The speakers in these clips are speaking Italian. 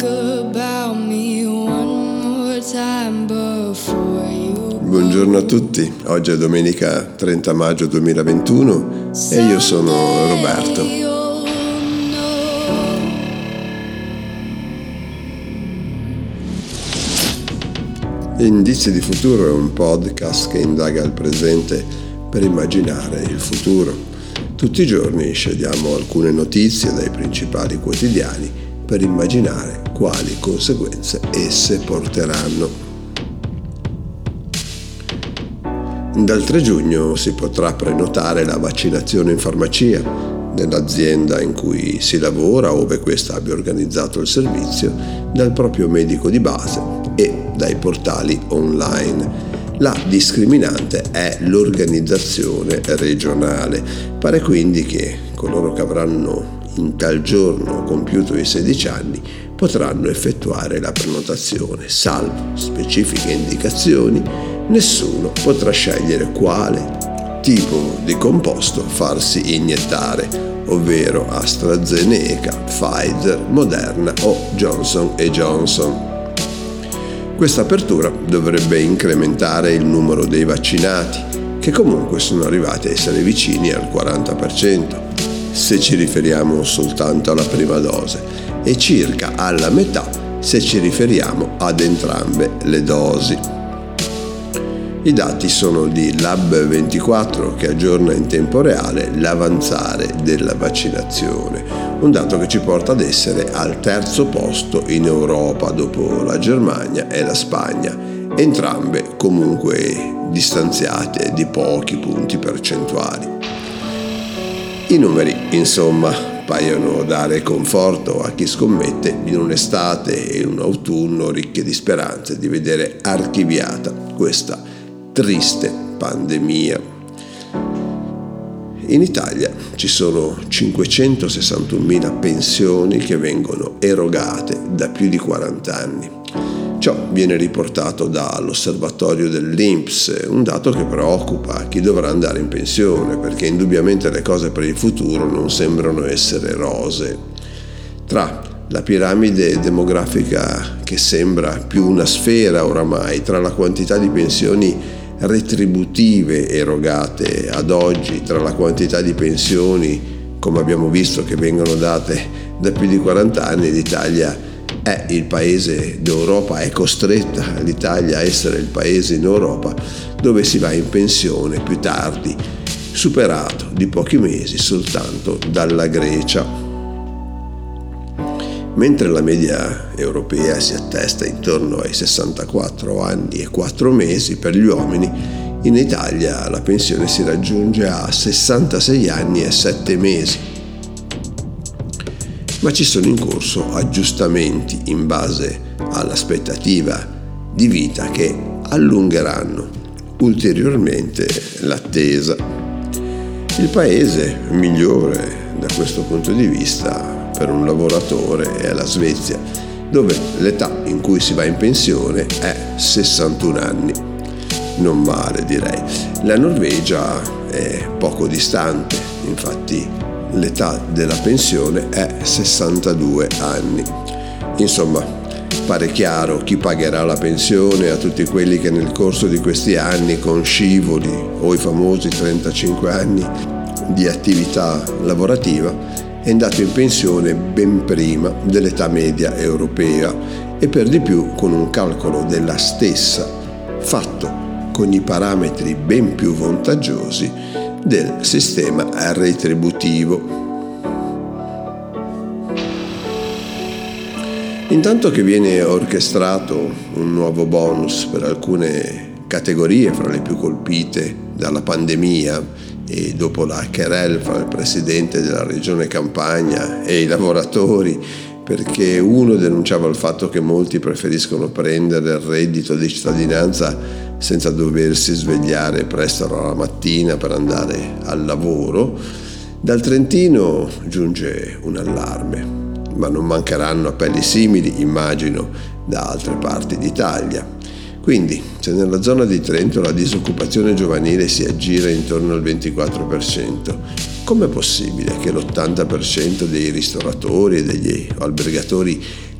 Buongiorno a tutti, oggi è domenica 30 maggio 2021 e io sono Roberto. Indizi di futuro è un podcast che indaga il presente per immaginare il futuro. Tutti i giorni scegliamo alcune notizie dai principali quotidiani per immaginare quali conseguenze esse porteranno. Dal 3 giugno si potrà prenotare la vaccinazione in farmacia, nell'azienda in cui si lavora, ove questa abbia organizzato il servizio, dal proprio medico di base e dai portali online. La discriminante è l'organizzazione regionale. Pare quindi che coloro che avranno in tal giorno compiuto i 16 anni potranno effettuare la prenotazione, salvo specifiche indicazioni. Nessuno potrà scegliere quale tipo di composto farsi iniettare, ovvero AstraZeneca, Pfizer, Moderna o Johnson & Johnson. Questa apertura dovrebbe incrementare il numero dei vaccinati, che comunque sono arrivati a essere vicini al 40%, se ci riferiamo soltanto alla prima dose, e circa alla metà se ci riferiamo ad entrambe le dosi. I dati sono di Lab24 che aggiorna in tempo reale l'avanzare della vaccinazione, un dato che ci porta ad essere al terzo posto in Europa dopo la Germania e la Spagna, entrambe comunque distanziate di pochi punti percentuali. I numeri, insomma, paiono dare conforto a chi scommette in un'estate e un autunno ricche di speranze di vedere archiviata questa triste pandemia. In Italia ci sono 561.000 pensioni che vengono erogate da più di 40 anni. Ciò viene riportato dall'osservatorio dell'INPS, un dato che preoccupa chi dovrà andare in pensione, perché indubbiamente le cose per il futuro non sembrano essere rosee. Tra la piramide demografica che sembra più una sfera oramai, tra la quantità di pensioni retributive erogate ad oggi, tra la quantità di pensioni, come abbiamo visto, che vengono date da più di 40 anni, l'Italia è il paese d'Europa, è costretta l'Italia a essere il paese in Europa dove si va in pensione più tardi, superato di pochi mesi soltanto dalla Grecia. Mentre la media europea si attesta intorno ai 64 anni e 4 mesi per gli uomini, in Italia la pensione si raggiunge a 66 anni e 7 mesi. Ma ci sono in corso aggiustamenti in base all'aspettativa di vita che allungheranno ulteriormente l'attesa. Il paese migliore da questo punto di vista per un lavoratore è la Svezia, dove l'età in cui si va in pensione è 61 anni. Non male, direi. La Norvegia è poco distante, infatti l'età della pensione è 62 anni. Insomma, pare chiaro chi pagherà la pensione a tutti quelli che nel corso di questi anni, con scivoli o i famosi 35 anni di attività lavorativa, è andato in pensione ben prima dell'età media europea e per di più con un calcolo della stessa fatto con i parametri ben più vantaggiosi del sistema retributivo. Intanto che viene orchestrato un nuovo bonus per alcune categorie fra le più colpite dalla pandemia, e dopo la querelle fra il presidente della regione Campania e i lavoratori, perché uno denunciava il fatto che molti preferiscono prendere il reddito di cittadinanza senza doversi svegliare presto alla mattina per andare al lavoro, dal Trentino giunge un allarme, ma non mancheranno appelli simili, immagino, da altre parti d'Italia. Quindi, se nella zona di Trento la disoccupazione giovanile si aggira intorno al 24%, com'è possibile che l'80% dei ristoratori e degli albergatori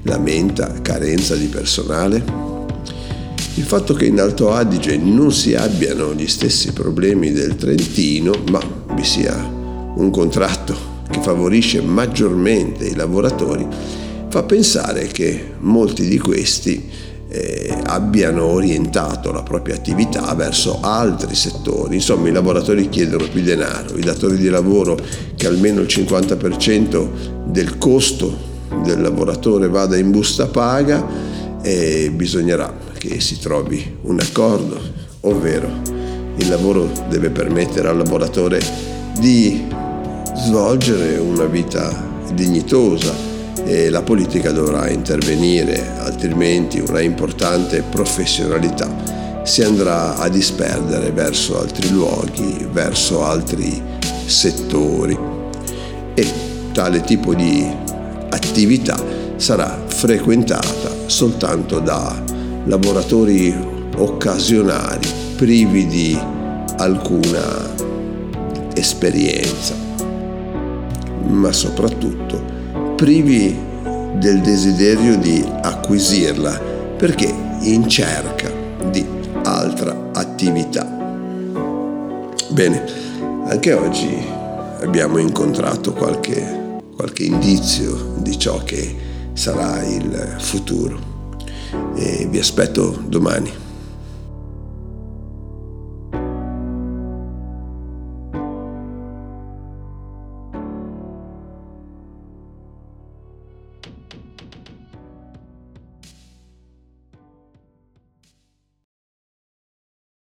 lamenta carenza di personale? Il fatto che in Alto Adige non si abbiano gli stessi problemi del Trentino, ma vi sia un contratto che favorisce maggiormente i lavoratori, fa pensare che molti di questi abbiano orientato la propria attività verso altri settori. Insomma, i lavoratori chiedono più denaro, i datori di lavoro che almeno il 50% del costo del lavoratore vada in busta paga, e bisognerà che si trovi un accordo, ovvero il lavoro deve permettere al lavoratore di svolgere una vita dignitosa e la politica dovrà intervenire, altrimenti una importante professionalità si andrà a disperdere verso altri luoghi, verso altri settori, e tale tipo di attività sarà frequentata soltanto da lavoratori occasionali, privi di alcuna esperienza, ma soprattutto privi del desiderio di acquisirla, perché in cerca di altra attività. Bene, anche oggi abbiamo incontrato qualche indizio di ciò che sarà il futuro, e vi aspetto domani.